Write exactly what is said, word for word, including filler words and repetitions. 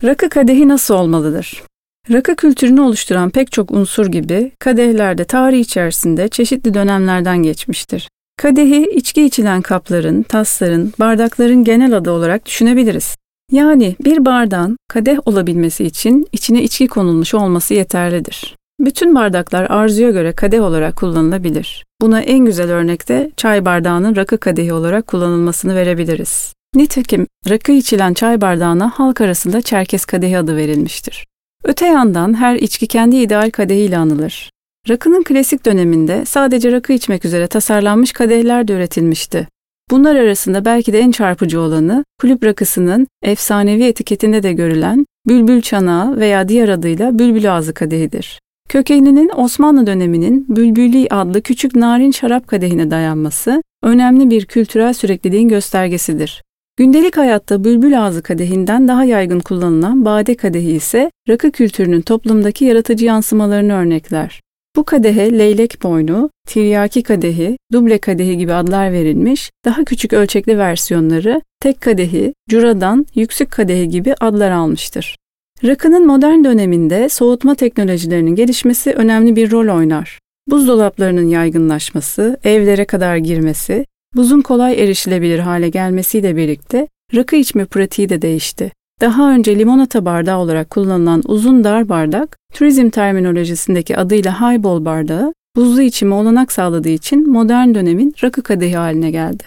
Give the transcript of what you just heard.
Rakı kadehi nasıl olmalıdır? Rakı kültürünü oluşturan pek çok unsur gibi kadehler de tarih içerisinde çeşitli dönemlerden geçmiştir. Kadehi içki içilen kapların, tasların, bardakların genel adı olarak düşünebiliriz. Yani bir bardağın kadeh olabilmesi için içine içki konulmuş olması yeterlidir. Bütün bardaklar arzuya göre kadeh olarak kullanılabilir. Buna en güzel örnekte çay bardağının rakı kadehi olarak kullanılmasını verebiliriz. Nitekim rakı içilen çay bardağına halk arasında Çerkez kadehi adı verilmiştir. Öte yandan her içki kendi ideal kadehiyle anılır. Rakının klasik döneminde sadece rakı içmek üzere tasarlanmış kadehler de üretilmişti. Bunlar arasında belki de en çarpıcı olanı kulüp rakısının efsanevi etiketinde de görülen bülbül çanağı veya diğer adıyla bülbül ağzı kadehidir. Kökeninin Osmanlı döneminin Bülbüli adlı küçük narin şarap kadehine dayanması önemli bir kültürel sürekliliğin göstergesidir. Gündelik hayatta bülbül ağzı kadehinden daha yaygın kullanılan bade kadehi ise rakı kültürünün toplumdaki yaratıcı yansımalarını örnekler. Bu kadehe leylek boynu, tiryaki kadehi, duble kadehi gibi adlar verilmiş, daha küçük ölçekli versiyonları tek kadehi, curadan, yüksük kadehi gibi adlar almıştır. Rakının modern döneminde soğutma teknolojilerinin gelişmesi önemli bir rol oynar. Buzdolaplarının yaygınlaşması, evlere kadar girmesi, buzun kolay erişilebilir hale gelmesiyle birlikte rakı içme pratiği de değişti. Daha önce limonata bardağı olarak kullanılan uzun dar bardak, turizm terminolojisindeki adıyla highball bardağı, buzlu içime olanak sağladığı için modern dönemin rakı kadehi haline geldi.